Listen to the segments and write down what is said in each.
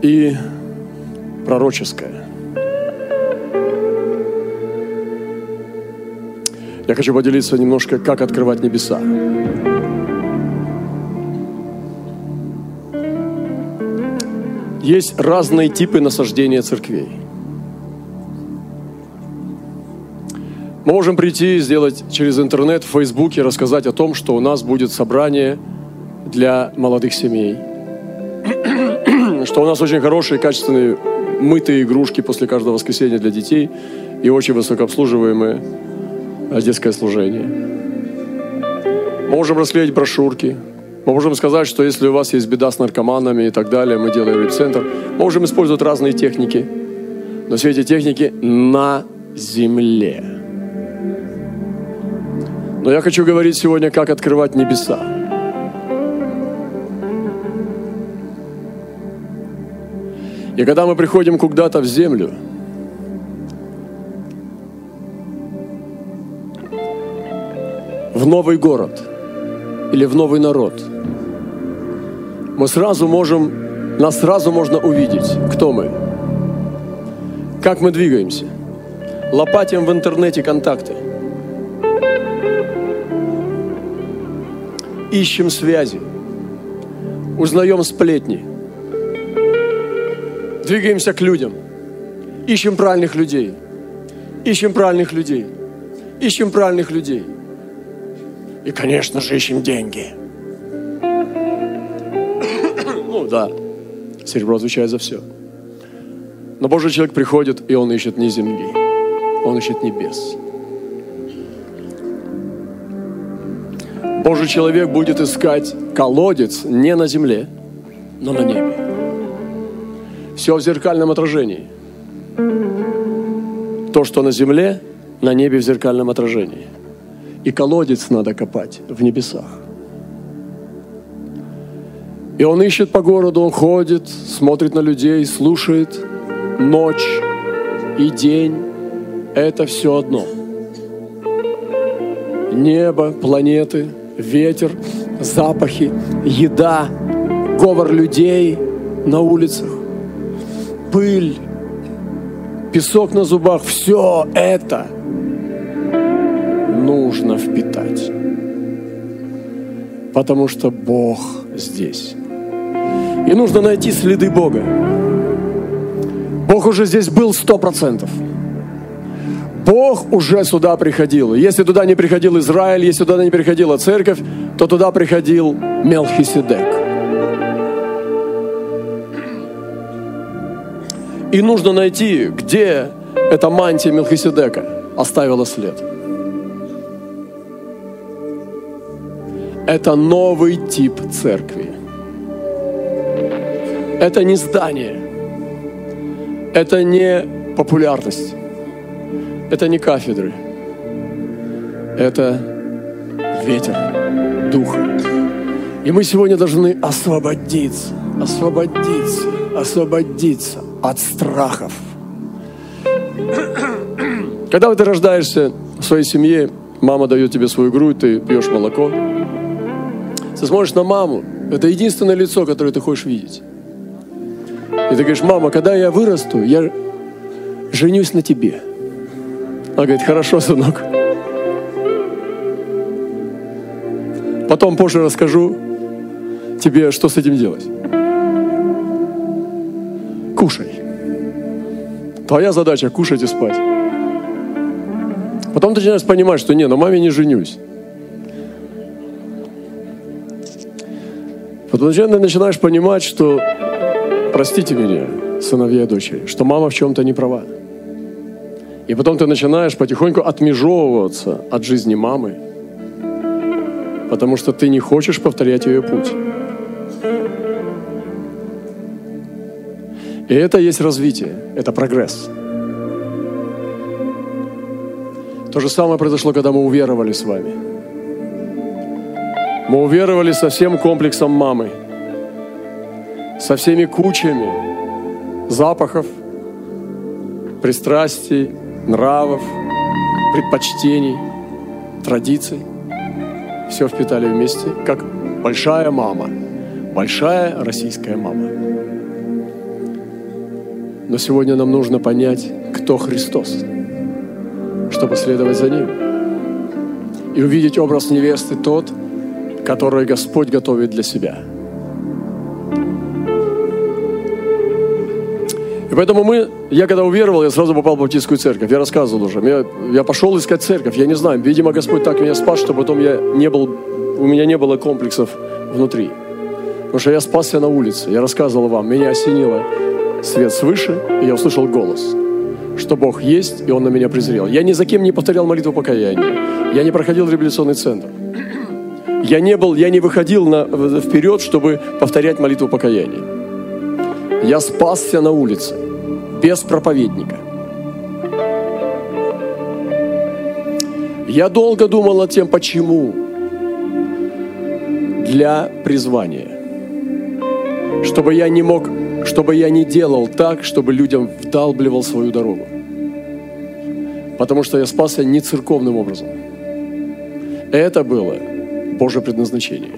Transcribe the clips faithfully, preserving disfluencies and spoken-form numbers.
и пророческое. Я хочу поделиться немножко, как открывать небеса. Есть разные типы насаждения церквей. Мы можем прийти и сделать через интернет, в Фейсбуке, рассказать о том, что у нас будет собрание для молодых семей. Что у нас очень хорошие, качественные, мытые игрушки после каждого воскресенья для детей и очень высокообслуживаемое детское служение. Мы можем расклеить брошюрки. Мы можем сказать, что если у вас есть беда с наркоманами и так далее, мы делаем репцентр. Мы можем использовать разные техники. Но все эти техники на земле. Но я хочу говорить сегодня, как открывать небеса. И когда мы приходим куда-то в землю, в новый город или в новый народ, мы сразу можем, нас сразу можно увидеть, кто мы, как мы двигаемся, лопатим в интернете контакты, ищем связи, узнаем сплетни, двигаемся к людям, ищем правильных людей, ищем правильных людей, ищем правильных людей. И, конечно же, ищем деньги. Ну да, серебро отвечает за все. Но Божий человек приходит, и он ищет не земли, он ищет небес. Божий человек будет искать колодец не на земле, но на небе. Все в зеркальном отражении. То, что на земле, на небе в зеркальном отражении. И колодец надо копать в небесах. И он ищет по городу, он ходит, смотрит на людей, слушает. Ночь и день – это все одно. Небо, планеты, ветер, запахи, еда, говор людей на улицах, пыль, песок на зубах – все это нужно впитать. Потому что Бог здесь. И нужно найти следы Бога. Бог уже здесь был сто процентов. Бог уже сюда приходил. Если туда не приходил Израиль, если туда не приходила церковь, то туда приходил Мелхиседек. И нужно найти, где эта мантия Мелхиседека оставила след. Это новый тип церкви. Это не здание. Это не популярность. Это не кафедры. Это ветер, дух. И мы сегодня должны освободиться, освободиться, освободиться от страхов. Когда ты рождаешься в своей семье, мама дает тебе свою грудь, ты пьешь молоко. Ты смотришь на маму, это единственное лицо, которое ты хочешь видеть. И ты говоришь: мама, когда я вырасту, я женюсь на тебе. Она говорит: хорошо, сынок. Потом позже расскажу тебе, что с этим делать. Кушай. Твоя задача — кушать и спать. Потом ты начинаешь понимать, что не, на маме не женюсь. Потом ты начинаешь понимать, что, простите меня, сыновья и дочери, что мама в чем-то не права. И потом ты начинаешь потихоньку отмежевываться от жизни мамы, потому что ты не хочешь повторять ее путь. И это есть развитие, это прогресс. То же самое произошло, когда мы уверовали с вами. Мы уверовали со всем комплексом мамы, со всеми кучами запахов, пристрастий, нравов, предпочтений, традиций. Все впитали вместе, как большая мама, большая российская мама. Но сегодня нам нужно понять, кто Христос, чтобы следовать за Ним. И увидеть образ невесты тот, который Господь готовит для себя. И поэтому мы, я когда уверовал, я сразу попал в баптистскую церковь. Я рассказывал уже. Я, я пошел искать церковь. Я не знаю, видимо, Господь так меня спас, что потом я не был, у меня не было комплексов внутри. Потому что я спасся на улице. Я рассказывал вам, меня осенило свет свыше, и я услышал голос, что Бог есть, и Он на меня презрел. Я ни за кем не повторял молитву покаяния. Я не проходил реабилитационный центр. Я не был, я не выходил на, вперед, чтобы повторять молитву покаяния. Я спасся на улице, без проповедника. Я долго думал над тем, почему. Для призвания. Чтобы я не мог, чтобы я не делал так, чтобы людям вдалбливал свою дорогу. Потому что я спасся не церковным образом. Это было Божье предназначение.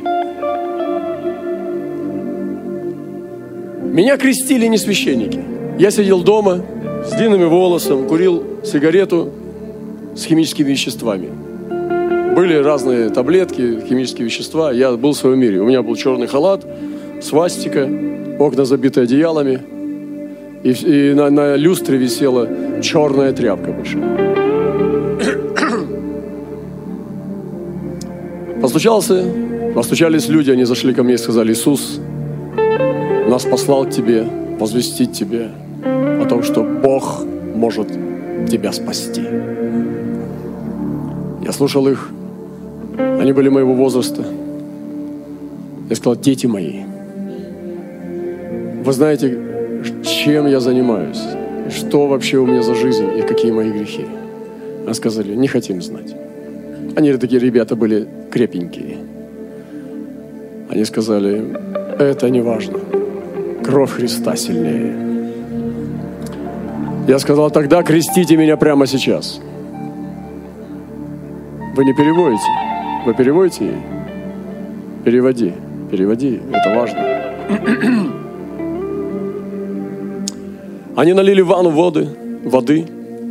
Меня крестили не священники. Я сидел дома с длинными волосами, курил сигарету с химическими веществами. Были разные таблетки, химические вещества. Я был в своем мире. У меня был черный халат, свастика, окна забиты одеялами. И, и на, на люстре висела черная тряпка большая. Постучался, постучались люди, они зашли ко мне и сказали: Иисус нас послал к тебе, возвестить тебе о том, что Бог может тебя спасти. Я слушал их, они были моего возраста. Я сказал: дети мои, вы знаете, чем я занимаюсь, что вообще у меня за жизнь и какие мои грехи? Они сказали: не хотим знать. Они такие ребята были крепенькие. Они сказали: это не важно. Кровь Христа сильнее. Я сказал: тогда крестите меня прямо сейчас. Вы не переводите? Вы переводите ей? Переводи, переводи, это важно. Они налили в ванну воды, воды.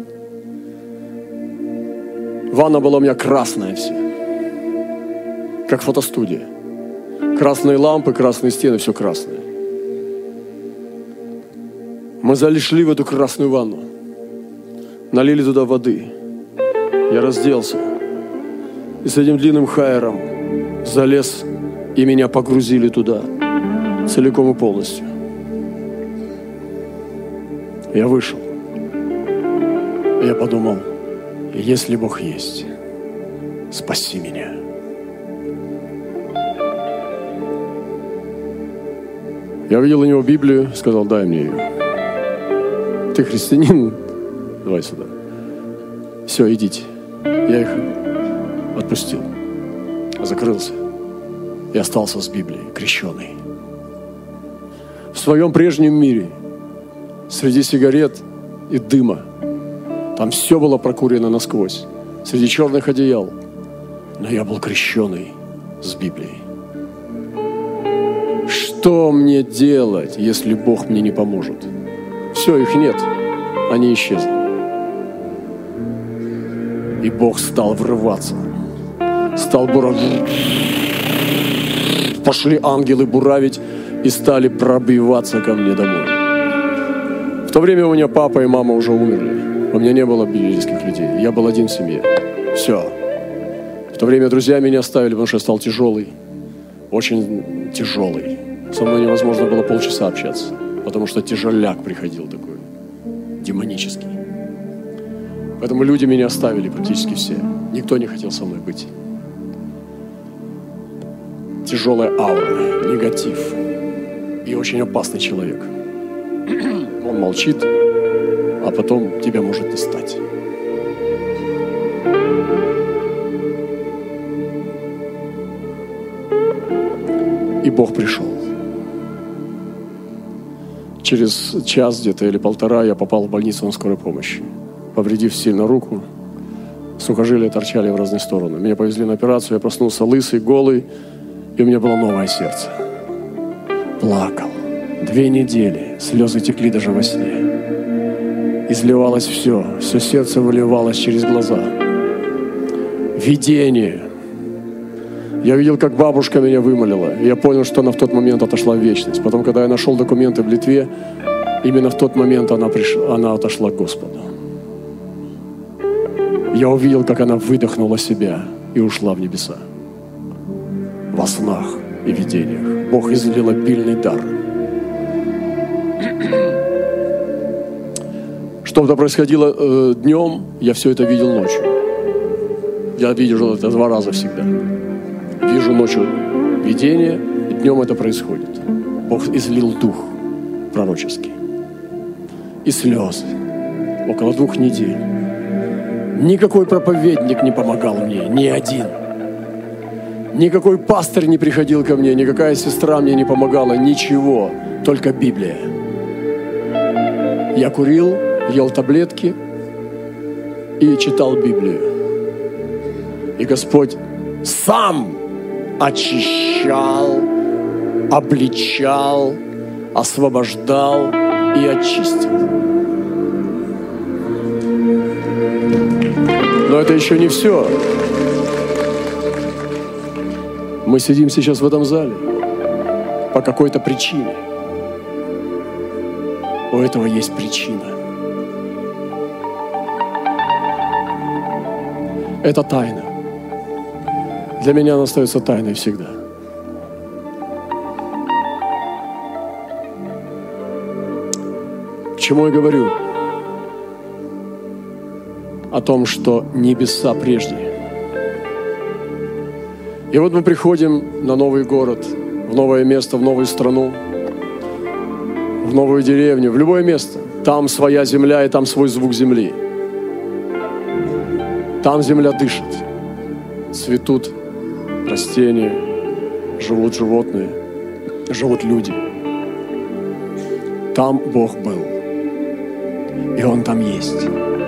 Ванна была у меня красная вся, как фотостудия. Красные лампы, красные стены, все красное. Мы зашли в эту красную ванну, налили туда воды. Я разделся и с этим длинным хайером залез, и меня погрузили туда целиком и полностью. Я вышел. И я подумал: если Бог есть, спаси меня. Я увидел у него Библию, сказал: дай мне ее. Ты христианин? Давай сюда. Все, идите. Я их отпустил. Закрылся. И остался с Библией, крещеный. В своем прежнем мире, среди сигарет и дыма, там все было прокурено насквозь. Среди черных одеял. Но я был крещеный с Библией. Что мне делать, если Бог мне не поможет? Все, их нет. Они исчезли. И Бог стал врываться. Стал буравить. Пошли ангелы буравить и стали пробиваться ко мне домой. В то время у меня папа и мама уже умерли. У меня не было библейских людей. Я был один в семье. Все. В то время друзья меня оставили, потому что я стал тяжелый. Очень тяжелый. Со мной невозможно было полчаса общаться. Потому что тяжеляк приходил такой. Демонический. Поэтому люди меня оставили практически все. Никто не хотел со мной быть. Тяжелая аура, негатив. И очень опасный человек. Он молчит, а потом тебя может достать. И Бог пришел. Через час где-то или полтора я попал в больницу на скорой помощи. Повредив сильно руку, сухожилия торчали в разные стороны. Меня повезли на операцию, я проснулся лысый, голый, и у меня было новое сердце. Плакал. Две недели, слезы текли даже во сне. изливалось все, все сердце выливалось через глаза. Видение. Я видел, как бабушка меня вымолила, и я понял, что она в тот момент отошла в вечность. Потом, когда я нашел документы в Литве, именно в тот момент она, пришла, она отошла к Господу. Я увидел, как она выдохнула себя и ушла в небеса. Во снах и видениях Бог излил обильный дар. Что это происходило э, днем, я все это видел ночью. Я видел это два раза всегда. Вижу ночью видение, и днем это происходит. Бог излил дух пророческий. И слезы. Около двух недель. Никакой проповедник не помогал мне, ни один. Никакой пастырь не приходил ко мне, никакая сестра мне не помогала, ничего, только Библия. Я курил, ел таблетки и читал Библию. И Господь сам очищал, обличал, освобождал и очистил. Но это еще не все. Мы сидим сейчас в этом зале по какой-то причине. У этого есть причина. Это тайна. Для меня она остается тайной всегда. К чему я говорю? О том, что небеса прежние. И вот мы приходим на новый город, в новое место, в новую страну, в новую деревню, в любое место. Там своя земля и там свой звук земли. Там земля дышит. Цветут растения, живут животные, живут люди. Там Бог был. И Он там есть.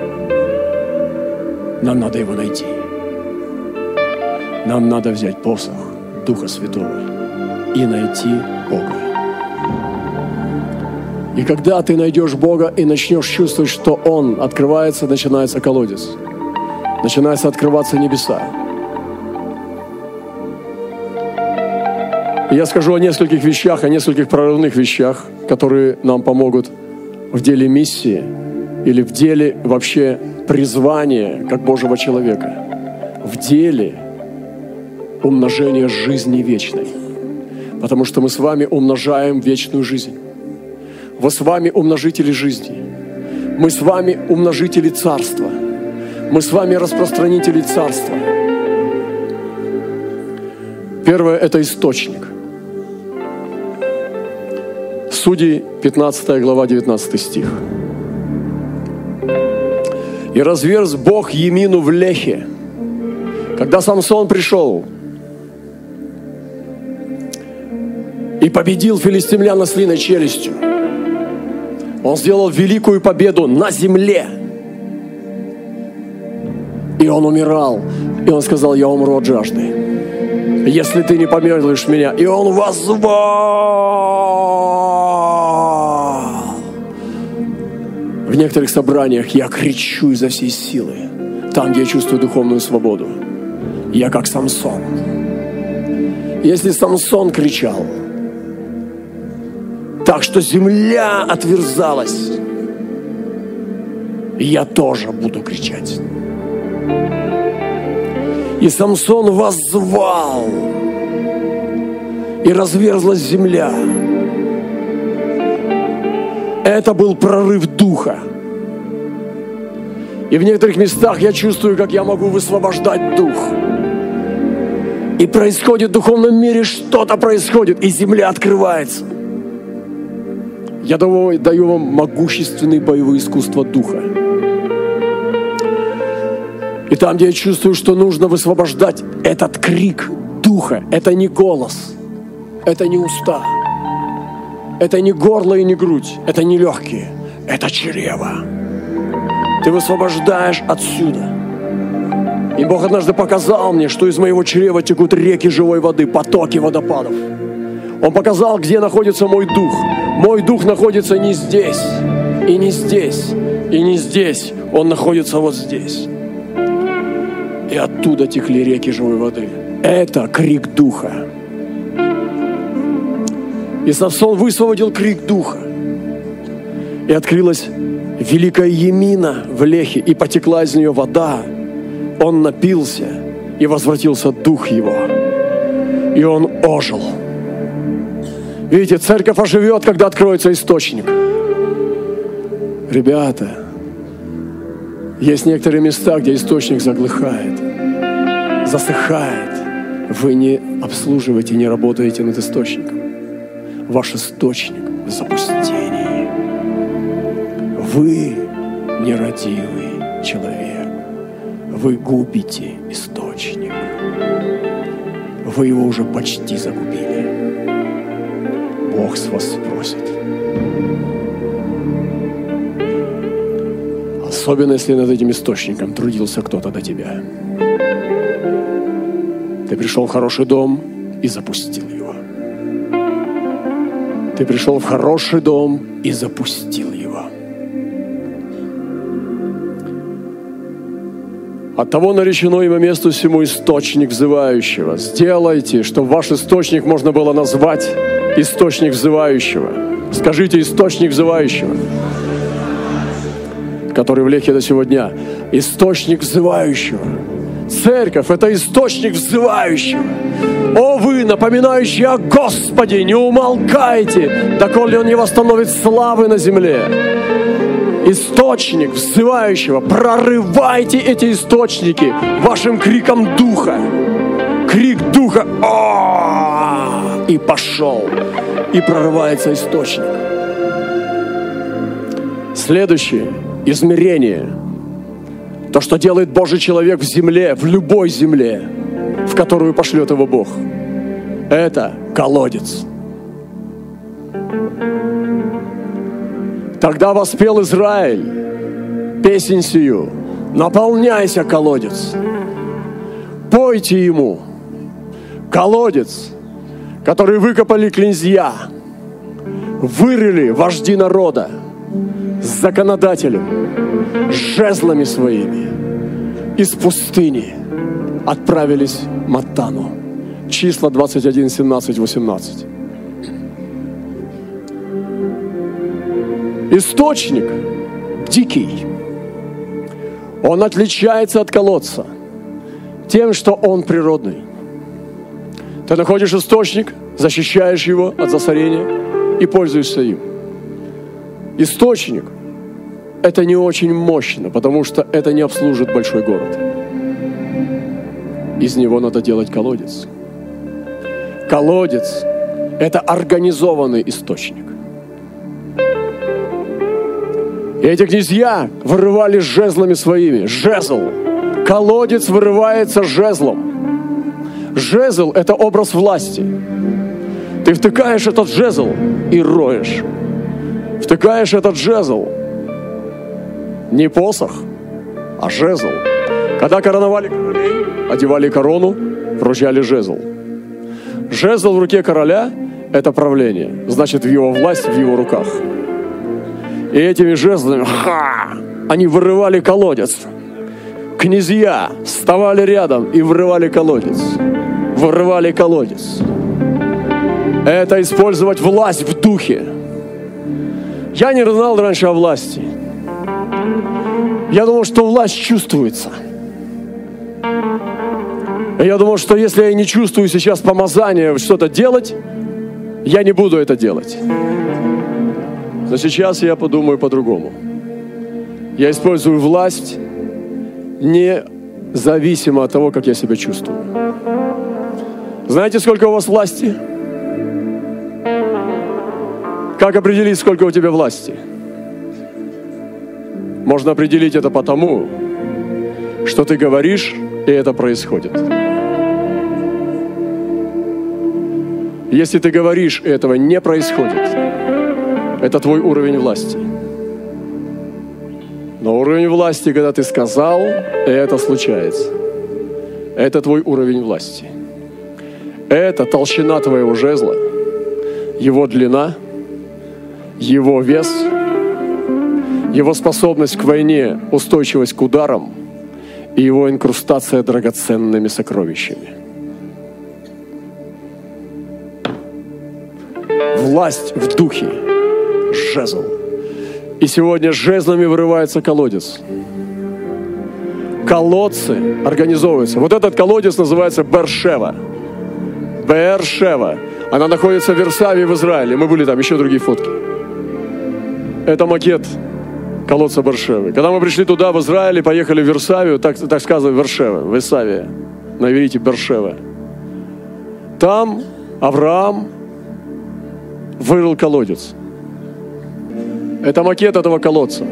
Нам надо Его найти. Нам надо взять посох Духа Святого и найти Бога. И когда ты найдешь Бога и начнешь чувствовать, что Он открывается, начинается колодец. Начинаются открываться небеса. И я скажу о нескольких вещах, о нескольких прорывных вещах, которые нам помогут в деле миссии или в деле вообще призвания как Божьего человека. В деле умножения жизни вечной. Потому что мы с вами умножаем вечную жизнь. Вы с вами умножители жизни. Мы с вами умножители царства. Мы с вами распространители царства. Первое – это источник. Судей, пятнадцатая глава, девятнадцатый стих. «И разверз Бог Емину в Лехе, когда Самсон пришел и победил филистимлян ослиной челюстью. Он сделал великую победу на земле. И он умирал. И он сказал: я умру от жажды, если ты не помилуешь меня. И он воззвал. В некоторых собраниях я кричу изо всей силы. Там, где я чувствую духовную свободу. Я как Самсон. Если Самсон кричал так, что земля отверзалась, я тоже буду кричать. И Самсон воззвал, и разверзлась земля. Это был прорыв духа. И в некоторых местах я чувствую, как я могу высвобождать дух. И происходит в духовном мире, что-то происходит, и земля открывается. Я даю, даю вам могущественные боевые искусства духа. И там, где я чувствую, что нужно высвобождать этот крик духа, это не голос, это не уста, это не горло и не грудь, это не легкие, это чрево. Ты высвобождаешь отсюда. И Бог однажды показал мне, что из моего чрева текут реки живой воды, потоки водопадов. Он показал, где находится мой дух. Мой дух находится не здесь и не здесь. И не здесь, он находится вот здесь. И оттуда текли реки живой воды. Это крик Духа. И Самсон высвободил крик Духа. И открылась великая Емина в Лехе, и потекла из нее вода. Он напился, и возвратился дух его. И он ожил. Видите, церковь оживет, когда откроется источник. Ребята, есть некоторые места, где источник заглыхает, засыхает. Вы не обслуживаете, не работаете над источником. Ваш источник в запустении. Вы нерадивый человек. Вы губите источник. Вы его уже почти загубили. Бог с вас спросит. Особенно, если над этим источником трудился кто-то до тебя. Ты пришел в хороший дом и запустил его. Ты пришел в хороший дом и запустил его. Оттого наречено имя месту сему источник взывающего. Сделайте, чтобы ваш источник можно было назвать источник взывающего. Скажите источник взывающего, который в Лехе до сего дня. Источник взывающего. Церковь – это источник взывающего. О вы, напоминающие о Господе, не умолкайте, доколе Он не восстановит славы на земле. Источник взывающего. Прорывайте эти источники вашим криком Духа. Крик Духа. О! И пошел. И прорывается источник. Следующее измерение. То, что делает Божий человек в земле, в любой земле, в которую пошлет его Бог. Это колодец. Тогда воспел Израиль песнь сию: наполняйся, колодец. Пойте ему, колодец, который выкопали князья, вырыли вожди народа с законодателем, с жезлами своими, из пустыни отправились в Маттану. Числа двадцать один, семнадцать, восемнадцать. Источник дикий. Он отличается от колодца тем, что он природный. Ты находишь источник, защищаешь его от засорения и пользуешься им. Источник – это не очень мощно, потому что это не обслужит большой город. Из него надо делать колодец. Колодец – это организованный источник. И эти князья вырывали жезлами своими. Жезл. Колодец вырывается жезлом. Жезл – это образ власти. Ты втыкаешь этот жезл и роешь. Втыкаешь этот жезл. Не посох, а жезл. Когда короновали королей, одевали корону, вручали жезл. Жезл в руке короля – это правление. Значит, в его власть, в его руках. И этими жезлами, ха, они вырывали колодец. Князья вставали рядом и вырывали колодец. Вырывали колодец. Это использовать власть в духе. Я не знал раньше о власти. Я думал, что власть чувствуется. Я думал, что если я не чувствую сейчас помазания что-то делать, я не буду это делать. Но сейчас я подумаю по-другому. Я использую власть независимо от того, как я себя чувствую. Знаете, сколько у вас власти? Как определить, сколько у тебя власти? Можно определить это потому, что ты говоришь, и это происходит. Если ты говоришь, и этого не происходит, это твой уровень власти. Но уровень власти, когда ты сказал, и это случается. Это твой уровень власти. Это толщина твоего жезла, его длина, его вес, Его способность к войне, устойчивость к ударам и его инкрустация драгоценными сокровищами. Власть в духе. Жезл. И сегодня жезлами вырывается колодец. Колодцы организовываются. Вот этот колодец называется Беэр-Шева. Беэр-Шева. Она находится в Вирсавии в Израиле. Мы были там, еще другие фотки. Это макет колодца Беэр-Шевы. Когда мы пришли туда, в Израиле, поехали в Вирсавию, так, так сказано, Беэр-Шева, Вирсавия. На иврите Беэр-Шева. Там Авраам вырыл колодец. Это макет этого колодца.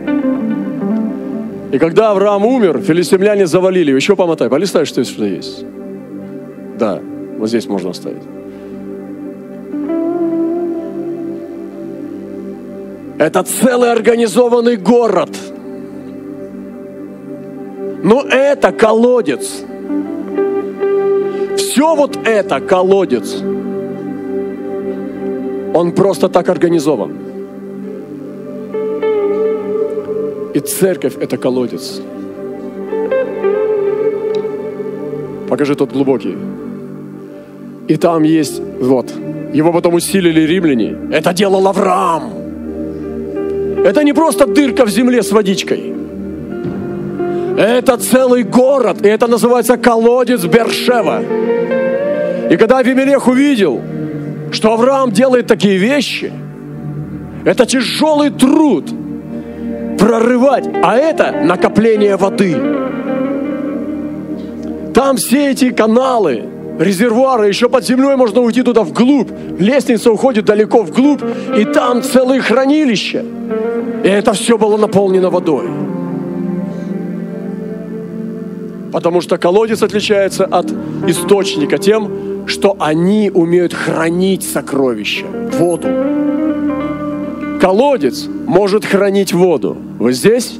И когда Авраам умер, филистимляне завалили. Еще помотай, полистай, что здесь есть. Да, вот здесь можно оставить. Это целый организованный город. Но это колодец. Все вот это колодец. Он просто так организован. И церковь – это колодец. Покажи тот глубокий. И там есть, вот, его потом усилили римляне. Это делал Авраам. Это не просто дырка в земле с водичкой. Это целый город, и это называется колодец Беэр-Шева. И когда Авимелех увидел, что Авраам делает такие вещи, это тяжелый труд прорывать, а это накопление воды. Там все эти каналы, резервуары, еще под землей можно уйти туда вглубь. Лестница уходит далеко вглубь, и там целые хранилища. И это все было наполнено водой. Потому что колодец отличается от источника тем, что они умеют хранить сокровища, воду. Колодец может хранить воду. Вы здесь?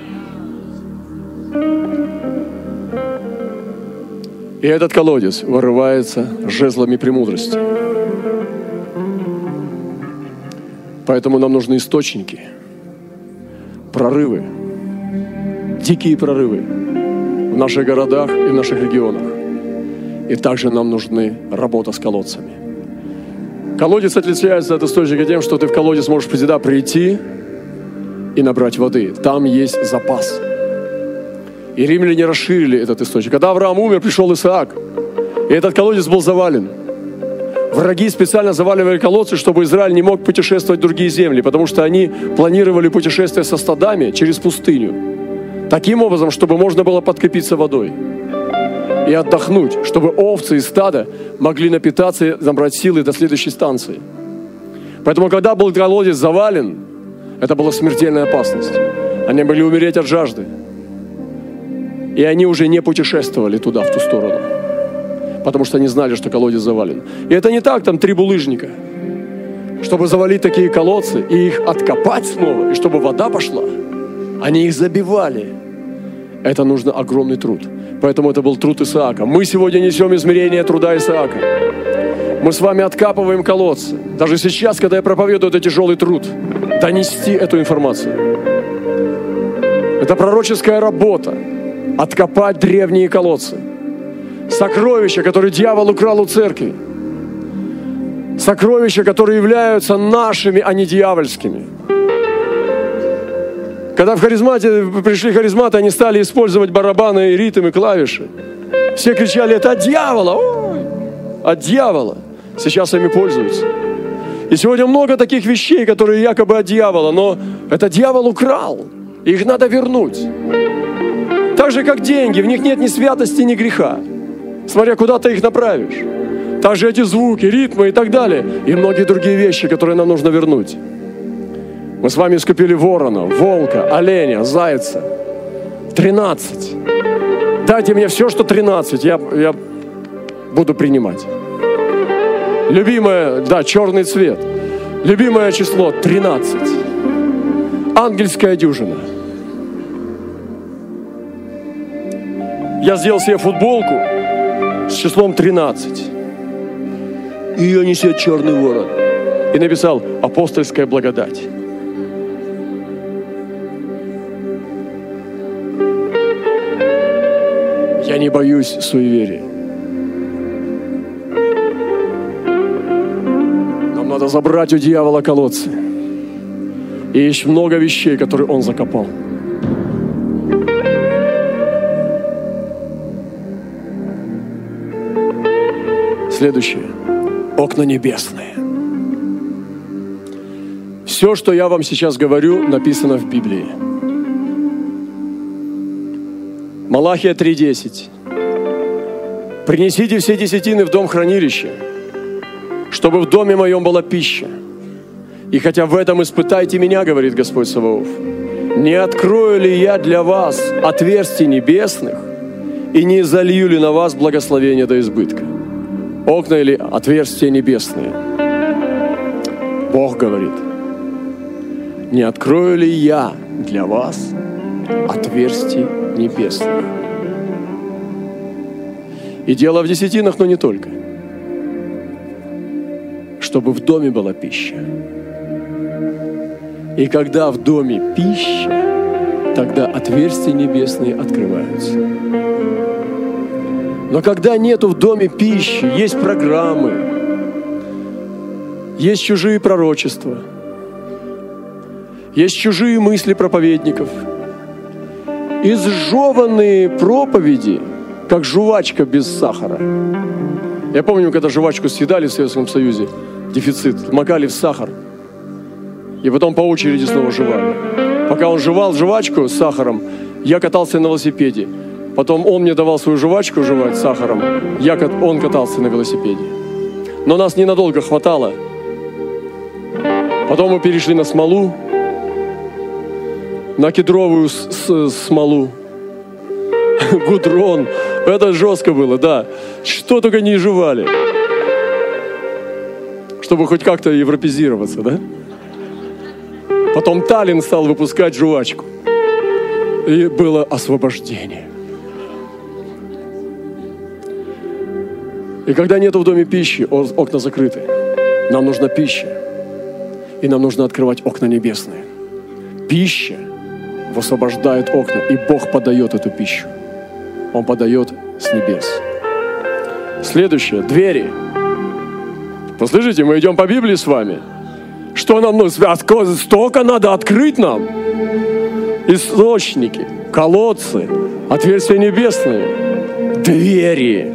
И этот колодец вырывается жезлами премудрости. Поэтому нам нужны источники, прорывы, дикие прорывы в наших городах и в наших регионах. И также нам нужны работа с колодцами. Колодец отличается от источника тем, что ты в колодец можешь всегда прийти и набрать воды. Там есть запас. И римляне расширили этот источник. Когда Авраам умер, пришел Исаак. И этот колодец был завален. Враги специально заваливали колодцы, чтобы Израиль не мог путешествовать в другие земли, потому что они планировали путешествие со стадами через пустыню. Таким образом, чтобы можно было подкрепиться водой и отдохнуть, чтобы овцы и стада могли напитаться и набрать силы до следующей станции. Поэтому, когда был колодец завален, это была смертельная опасность. Они могли умереть от жажды. И они уже не путешествовали туда, в ту сторону. Потому что они знали, что колодец завален. И это не так, там три булыжника. Чтобы завалить такие колодцы и их откопать снова, и чтобы вода пошла, они их забивали. Это нужно огромный труд. Поэтому это был труд Исаака. Мы сегодня несем измерение труда Исаака. Мы с вами откапываем колодцы. Даже сейчас, когда я проповедую, это тяжелый труд. Донести эту информацию. Это пророческая работа. Откопать древние колодцы. Сокровища, которые дьявол украл у церкви. Сокровища, которые являются нашими, а не дьявольскими. Когда в харизмате пришли харизматы, они стали использовать барабаны, и ритм, и клавиши. Все кричали, это от дьявола. Ой, от дьявола. Сейчас ими пользуются. И сегодня много таких вещей, которые якобы от дьявола, но это дьявол украл. Их надо вернуть. Так же, как деньги, в них нет ни святости, ни греха. Смотря куда ты их направишь. Также эти звуки, ритмы и так далее. И многие другие вещи, которые нам нужно вернуть. Мы с вами искупили ворона, волка, оленя, зайца. Тринадцать. Дайте мне все, что тринадцать, я, я буду принимать. Любимое, да, черный цвет. Любимое число тринадцать. Ангельская дюжина. Я сделал себе футболку с числом тринадцать. Ее несет черный ворон. И написал «Апостольская благодать». Я не боюсь суеверия. Нам надо забрать у дьявола колодцы. И есть много вещей, которые он закопал. Следующее. Окна небесные. Все, что я вам сейчас говорю, написано в Библии. Малахия три десять. «Принесите все десятины в дом хранилища, чтобы в доме моем была пища. И хотя в этом испытайте меня, говорит Господь Саваоф, не открою ли я для вас отверстий небесных и не залью ли на вас благословение до избытка?» Окна или отверстия небесные. Бог говорит: не открою ли я для вас отверстий небесных? И дело в десятинах, но не только. Чтобы в доме была пища. И когда в доме пища, тогда отверстия небесные открываются. Но когда нету в доме пищи, есть программы, есть чужие пророчества, есть чужие мысли проповедников, изжеванные проповеди, как жвачка без сахара. Я помню, когда жвачку съедали в Советском Союзе, дефицит, макали в сахар, и потом по очереди снова жевали. Пока он жевал жвачку с сахаром, я катался на велосипеде. Потом он мне давал свою жвачку жевать с сахаром, я, он катался на велосипеде. Но нас ненадолго хватало. Потом мы перешли на смолу, на кедровую с- с- смолу, гудрон. Это жестко было, да. Что только не жевали. Чтобы хоть как-то европезироваться, да? Потом Таллин стал выпускать жвачку. И было освобождение. И когда нету в доме пищи, окна закрыты. Нам нужна пища. И нам нужно открывать окна небесные. Пища высвобождает окна, и Бог подает эту пищу. Он подает с небес. Следующее. Двери. Послушайте, мы идем по Библии с вами. Что нам нужно? Столько надо открыть нам. Источники, колодцы, отверстия небесные, двери.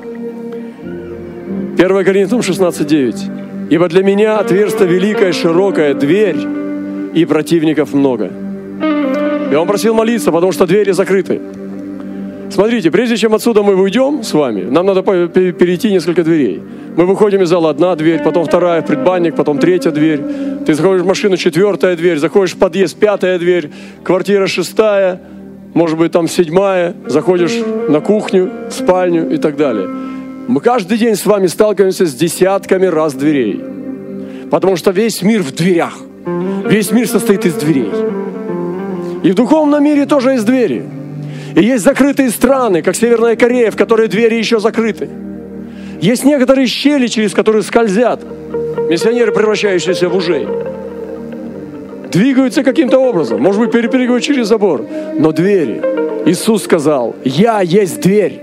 первое Коринфянам шестнадцать девять. «Ибо для меня отверстие великая, широкая дверь, и противников много». И он просил молиться, потому что двери закрыты. Смотрите, прежде чем отсюда мы уйдем с вами, нам надо перейти несколько дверей. Мы выходим из зала, одна дверь, потом вторая в предбанник, потом третья дверь. Ты заходишь в машину, четвертая дверь, заходишь в подъезд, пятая дверь, квартира шестая, может быть там седьмая, заходишь на кухню, спальню и так далее. Мы каждый день с вами сталкиваемся с десятками раз дверей. Потому что весь мир в дверях. Весь мир состоит из дверей. И в духовном мире тоже есть двери. И есть закрытые страны, как Северная Корея, в которой двери еще закрыты. Есть некоторые щели, через которые скользят миссионеры, превращающиеся в ужей. Двигаются каким-то образом, может быть, перепрыгивают через забор. Но двери. Иисус сказал: «Я есть дверь».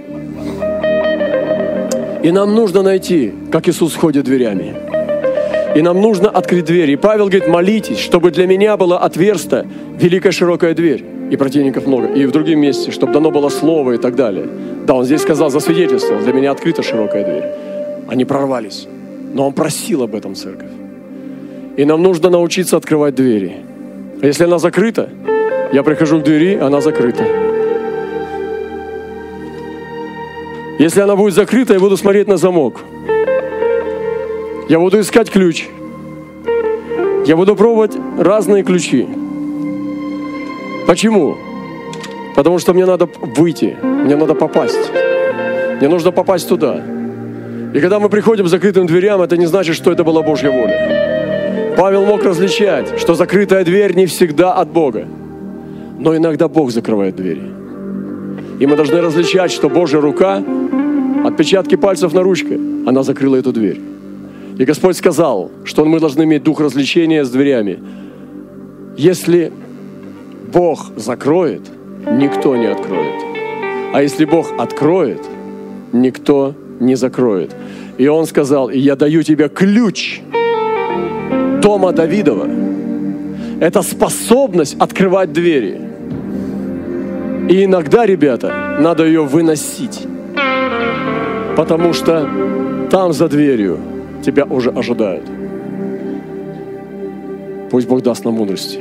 И нам нужно найти, как Иисус ходит дверями. И нам нужно открыть дверь. И Павел говорит: молитесь, чтобы для меня была отверста великая широкая дверь. И противников много. И в другом месте, чтобы дано было слово и так далее. Да, он здесь сказал, засвидетельствовал: для меня открыта широкая дверь. Они прорвались. Но он просил об этом церковь. И нам нужно научиться открывать двери. А если она закрыта, я прихожу к двери, она закрыта. Если она будет закрыта, я буду смотреть на замок. Я буду искать ключ. Я буду пробовать разные ключи. Почему? Потому что мне надо выйти, мне надо попасть. Мне нужно попасть туда. И когда мы приходим к закрытым дверям, это не значит, что это была Божья воля. Павел мог различать, что закрытая дверь не всегда от Бога. Но иногда Бог закрывает двери. И мы должны различать, что Божья рука, отпечатки пальцев на ручке, она закрыла эту дверь. И Господь сказал, что мы должны иметь дух развлечения с дверями. Если Бог закроет, никто не откроет. А если Бог откроет, никто не закроет. И он сказал: и я даю тебе ключ дома Давидова. Это способность открывать двери. И иногда, ребята, надо ее выносить. Потому что там за дверью тебя уже ожидают. Пусть Бог даст нам мудрости.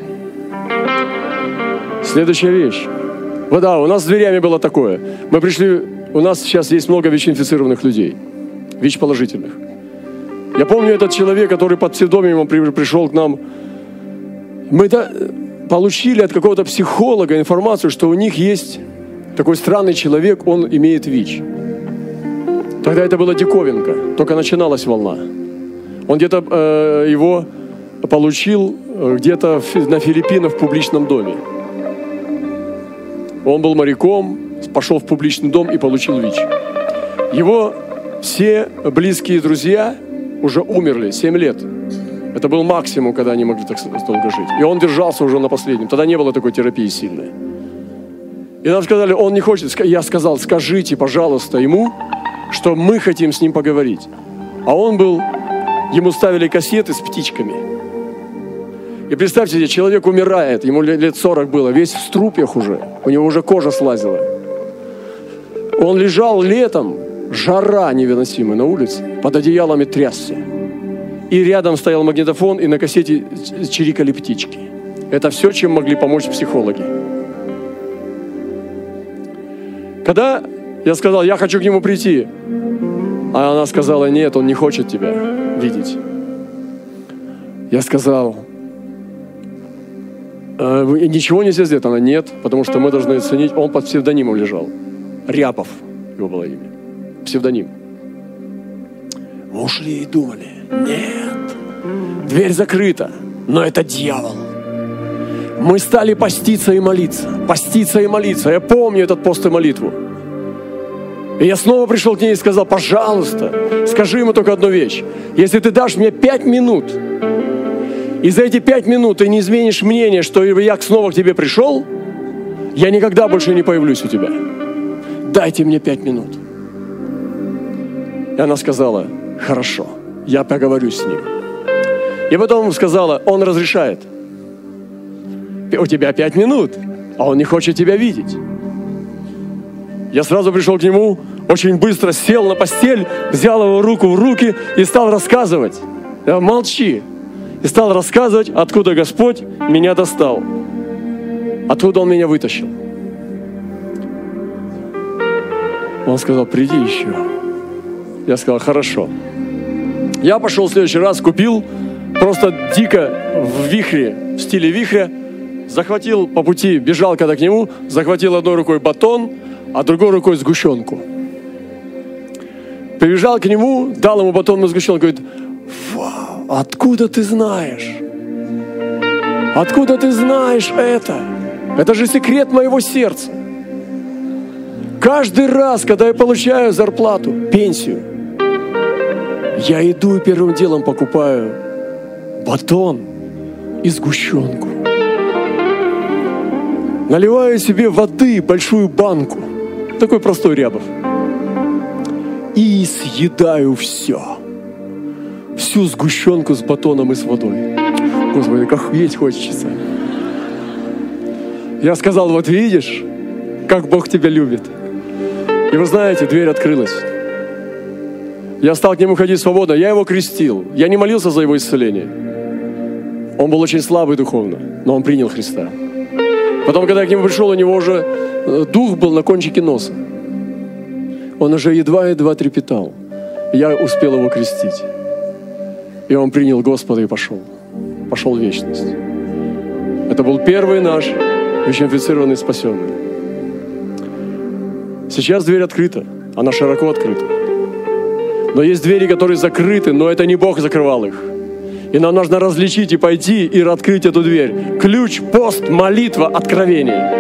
Следующая вещь. Вот да, у нас с дверями было такое. Мы пришли, у нас сейчас есть много ВИЧ-инфицированных людей. ВИЧ-положительных. Я помню этот человек, который под псевдонимом пришел к нам. Мы да, получили от какого-то психолога информацию, что у них есть такой странный человек, он имеет ВИЧ. Тогда это была диковинка, только начиналась волна. Он где-то э, его получил где-то на Филиппинах в публичном доме. Он был моряком, пошел в публичный дом и получил ВИЧ. Его все близкие друзья уже умерли, семь лет. Это был максимум, когда они могли так долго жить. И он держался уже на последнем. Тогда не было такой терапии сильной. И нам сказали, он не хочет. Я сказал, скажите, пожалуйста, ему, что мы хотим с ним поговорить. А он был, ему ставили кассеты с птичками. И представьте себе, человек умирает, ему лет сорок было, весь в струпьях уже, у него уже кожа слазила. Он лежал летом, жара невыносимая на улице, под одеялами трясся. И рядом стоял магнитофон, и на кассете чирикали птички. Это все, чем могли помочь психологи. Когда я сказал, я хочу к нему прийти, а она сказала, нет, он не хочет тебя видеть. Я сказал, ничего нельзя сделать. Она, нет, потому что мы должны оценить. Он под псевдонимом лежал. Рябов его было имя. Псевдоним. Мы ушли и думали, нет, дверь закрыта, но это дьявол. Мы стали поститься и молиться, поститься и молиться. Я помню этот пост и молитву. И я снова пришел к ней и сказал, пожалуйста, скажи ему только одну вещь. Если ты дашь мне пять минут, и за эти пять минут ты не изменишь мнение, что я снова к тебе пришел, я никогда больше не появлюсь у тебя. Дайте мне пять минут. И она сказала, хорошо, я поговорю с ним. И потом сказала, он разрешает. У тебя пять минут, а он не хочет тебя видеть. Я сразу пришел к нему, очень быстро сел на постель, взял его руку в руки и стал рассказывать. Я, молчи. И стал рассказывать, откуда Господь меня достал. Откуда Он меня вытащил. Он сказал, приди еще. Я сказал, хорошо. Я пошел в следующий раз, купил просто дико в вихре, в стиле вихря, захватил по пути, бежал когда к нему, захватил одной рукой батон, а другой рукой сгущенку. Прибежал к нему, дал ему батон на сгущенку, говорит, вау, откуда ты знаешь? Откуда ты знаешь это? Это же секрет моего сердца. Каждый раз, когда я получаю зарплату, пенсию, я иду и первым делом покупаю батон и сгущенку. Наливаю себе воды, большую банку, такой простой Рябов, и съедаю все. Всю сгущенку с батоном и с водой. Господи, как есть хочется. Я сказал, вот видишь, как Бог тебя любит. И вы знаете, дверь открылась. Я стал к нему ходить свободно. Я его крестил. Я не молился за его исцеление. Он был очень слабый духовно, но он принял Христа. Потом, когда я к нему пришел, у него уже дух был на кончике носа. Он уже едва-едва трепетал. Я успел его крестить. И он принял Господа и пошел. Пошел в вечность. Это был первый наш ВИЧ-инфицированный спасенный. Сейчас дверь открыта. Она широко открыта. Но есть двери, которые закрыты, но это не Бог закрывал их. И нам нужно различить и пойти и открыть эту дверь. Ключ, пост, молитва, откровение.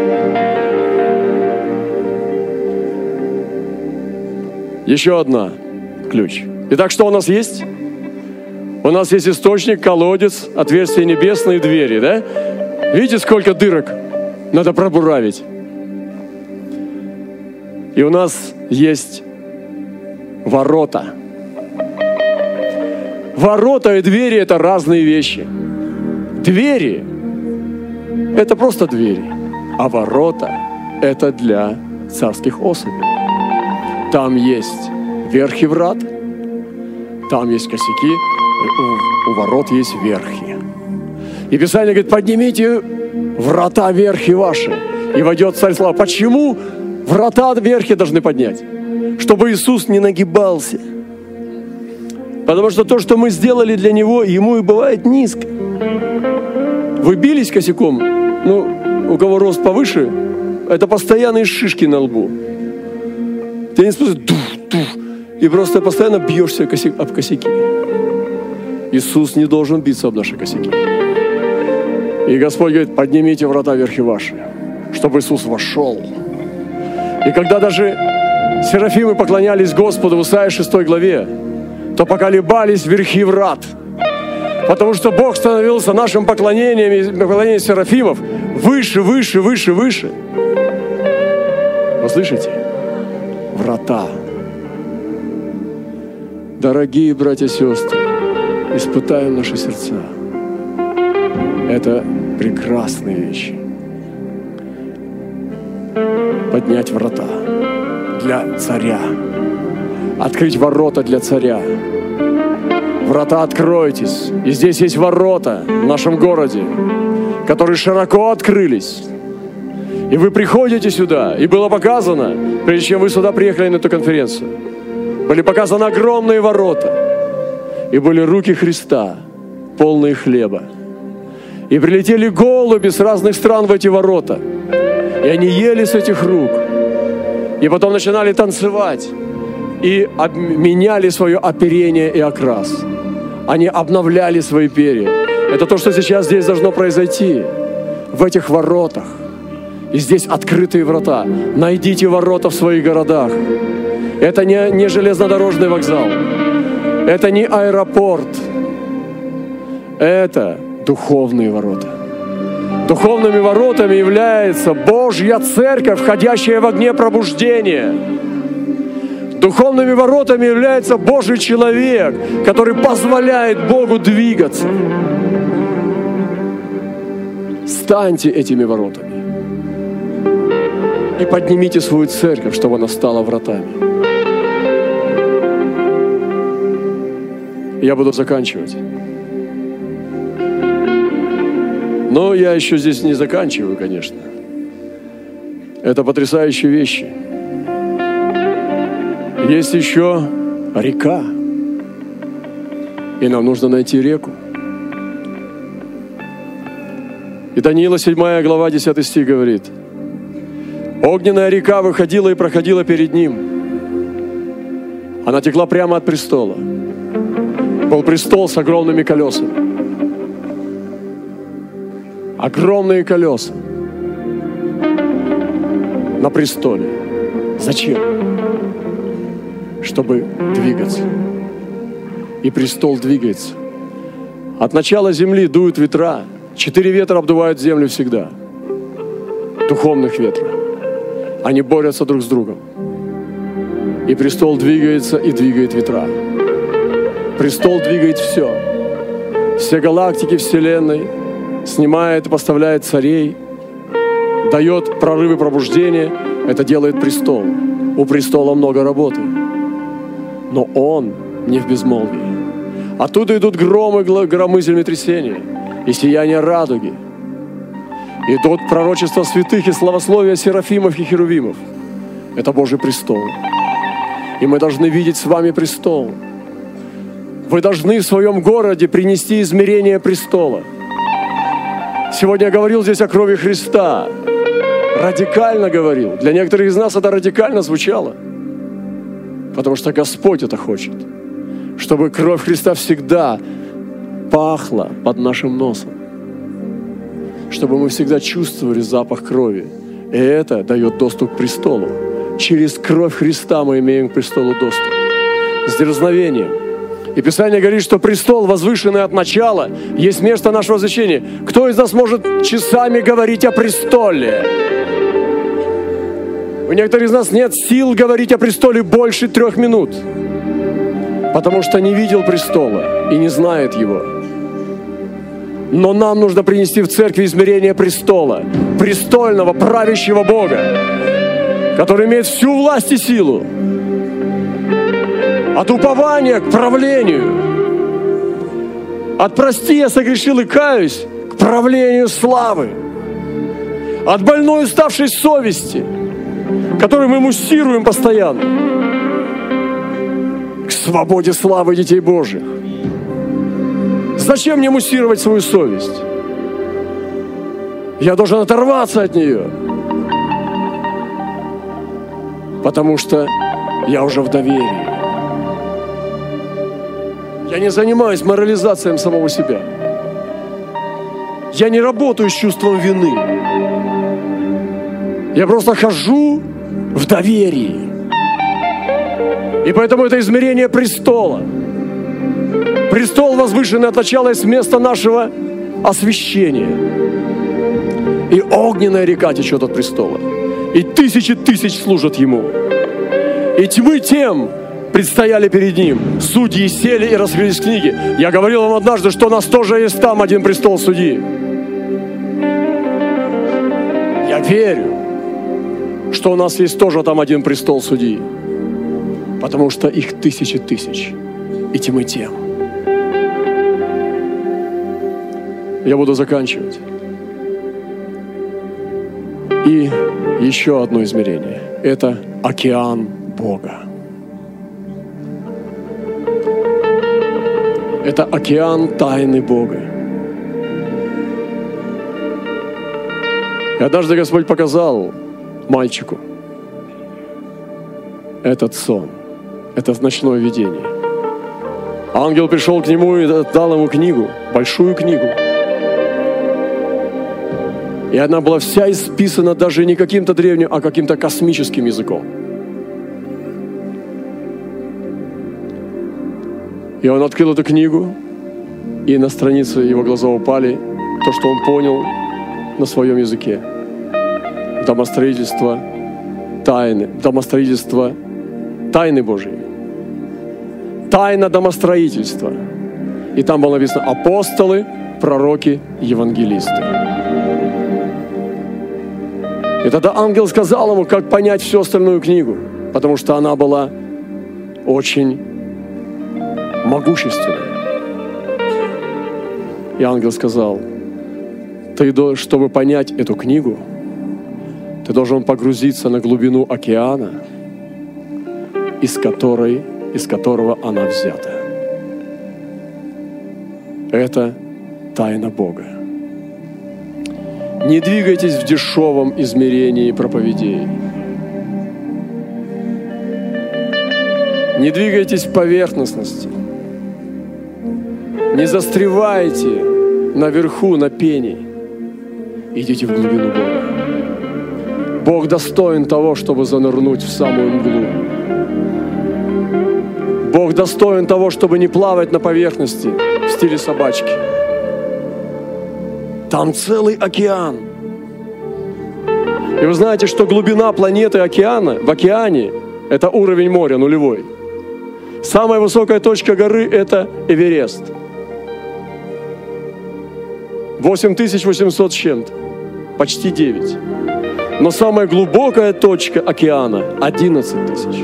Еще одна ключ. Итак, что у нас есть? У нас есть источник, колодец, отверстие небесное и двери, да? Видите, сколько дырок надо пробуравить? И у нас есть ворота. Ворота и двери – это разные вещи. Двери – это просто двери, а ворота – это для царских особей. Там есть верхи врат, там есть косяки, у, у ворот есть верхи. И Писание говорит: поднимите врата верхи ваши, и войдет Царь Славы. Почему врата верхи должны поднять? Чтобы Иисус не нагибался. Потому что то, что мы сделали для Него, Ему и бывает низко. Вы бились косяком, ну, у кого рост повыше, это постоянные шишки на лбу. Ты не способен, и просто постоянно бьешься об косяки. Иисус не должен биться об наши косяки. И Господь говорит: поднимите врата верхи ваши, чтобы Иисус вошел. И когда даже серафимы поклонялись Господу в Исаии шестой главе, то поколебались верхи врат. Потому что Бог становился нашим поклонением и поклонением серафимов выше, выше, выше, выше. Вы слышите? Врата. Дорогие братья и сестры, испытаем наши сердца. Это прекрасные вещи. Поднять врата для царя. Открыть ворота для царя. Врата откройтесь. И здесь есть ворота в нашем городе, которые широко открылись. И вы приходите сюда, и было показано, прежде чем вы сюда приехали на эту конференцию, были показаны огромные ворота, и были руки Христа, полные хлеба. И прилетели голуби с разных стран в эти ворота, и они ели с этих рук, и потом начинали танцевать, и меняли свое оперение и окрас. Они обновляли свои перья. Это то, что сейчас здесь должно произойти, в этих воротах. И здесь открытые врата. Найдите ворота в своих городах. Это не, не железнодорожный вокзал. Это не аэропорт. Это духовные ворота. Духовными воротами является Божья Церковь, входящая в огне пробуждения. Духовными воротами является Божий человек, который позволяет Богу двигаться. Станьте этими воротами и поднимите свою церковь, чтобы она стала вратами. Я буду заканчивать. Но я еще здесь не заканчиваю, конечно. Это потрясающие вещи. Есть еще река. И нам нужно найти реку. И Даниила седьмая глава, десятый стих говорит: огненная река выходила и проходила перед ним. Она текла прямо от престола. Был престол с огромными колесами. Огромные колеса на престоле. Зачем? Чтобы двигаться. И престол двигается. От начала земли дуют ветра. Четыре ветра обдувают землю всегда. Духовных ветра. Они борются друг с другом. И престол двигается и двигает ветра. Престол двигает все. Все галактики Вселенной. Снимает и поставляет царей. Дает прорывы пробуждения. Это делает престол. У престола много работы. Но он не в безмолвии. Оттуда идут громы, громы землетрясения и сияние радуги. Идут пророчества святых и славословия серафимов и херувимов. Это Божий престол. И мы должны видеть с вами престол. Вы должны в своем городе принести измерение престола. Сегодня я говорил здесь о крови Христа. Радикально говорил. Для некоторых из нас это радикально звучало. Потому что Господь это хочет. Чтобы кровь Христа всегда пахла под нашим носом. Чтобы мы всегда чувствовали запах крови. И это дает доступ к престолу. Через кровь Христа мы имеем к престолу доступ. С дерзновением. И Писание говорит, что престол, возвышенный от начала, есть место нашего возвышения. Кто из нас может часами говорить о престоле? У некоторых из нас нет сил говорить о престоле больше трех минут, потому что не видел престола и не знает его. Но нам нужно принести в церкви измерение престола, престольного, правящего Бога, который имеет всю власть и силу. От упования к правлению, от «прости, я согрешил и каюсь» к правлению славы, от больной уставшей совести, которую мы муссируем постоянно, к свободе славы детей Божьих. Зачем мне муссировать свою совесть? Я должен оторваться от нее, потому что я уже в доверии. Я не занимаюсь морализацией самого себя. Я не работаю с чувством вины. Я просто хожу в доверии. И поэтому это измерение престола. Престол возвышенный от начала и с места нашего освящения. И огненная река течет от престола. И тысячи тысяч служат Ему. И тьмы тем предстояли перед Ним. Судьи сели и раскрылись книги. Я говорил вам однажды, что у нас тоже есть там один престол судьи. Я верю, что у нас есть тоже там один престол судьи. Потому что их тысячи тысяч. И тьмы тем. Я буду заканчивать. И еще одно измерение. Это океан Бога. Это океан тайны Бога. И однажды Господь показал мальчику этот сон, это ночное видение. Ангел пришел к нему и дал ему книгу, большую книгу. И она была вся исписана даже не каким-то древним, а каким-то космическим языком. И он открыл эту книгу, и на странице его глаза упали то, что он понял на своем языке. Домостроительство тайны, домостроительство тайны Божьей. Тайна домостроительства. И там было написано апостолы, пророки, евангелисты. И тогда ангел сказал ему, как понять всю остальную книгу, потому что она была очень могущественная. И ангел сказал: ты, чтобы понять эту книгу, ты должен погрузиться на глубину океана, из которой, из которого она взята. Это тайна Бога. Не двигайтесь в дешевом измерении проповедей. Не двигайтесь в поверхностности. Не застревайте наверху на пении. Идите в глубину Бога. Бог достоин того, чтобы занырнуть в самую мглу. Бог достоин того, чтобы не плавать на поверхности в стиле собачки. Там целый океан. И вы знаете, что глубина планеты океана, в океане, это уровень моря нулевой. Самая высокая точка горы – это Эверест. восемь тысяч восемьсот с чем-то, почти девять. Но самая глубокая точка океана – одиннадцать тысяч.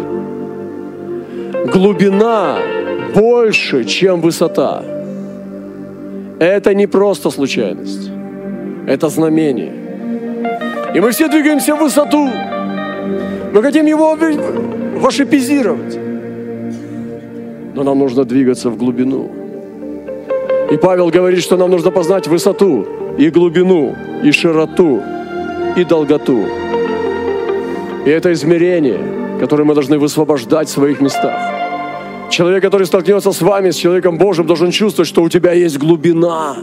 Глубина больше, чем высота. Это не просто случайность. Это знамение. И мы все двигаемся в высоту. Мы хотим его вашипизировать. Но нам нужно двигаться в глубину. И Павел говорит, что нам нужно познать высоту, и глубину, и широту, и долготу. И это измерение, которое мы должны высвобождать в своих местах. Человек, который столкнется с вами, с человеком Божьим, должен чувствовать, что у тебя есть глубина.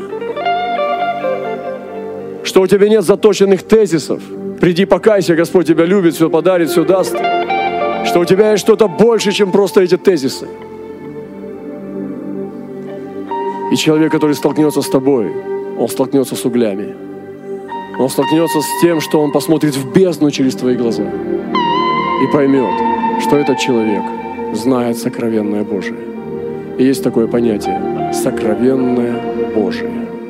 Что у тебя нет заточенных тезисов. Приди, покайся, Господь тебя любит, все подарит, все даст. Что у тебя есть что-то больше, чем просто эти тезисы. И человек, который столкнется с тобой, он столкнется с углями. Он столкнется с тем, что он посмотрит в бездну через твои глаза. и поймет, что этот человек знает сокровенное Божие. И есть такое понятие — сокровенное Божие.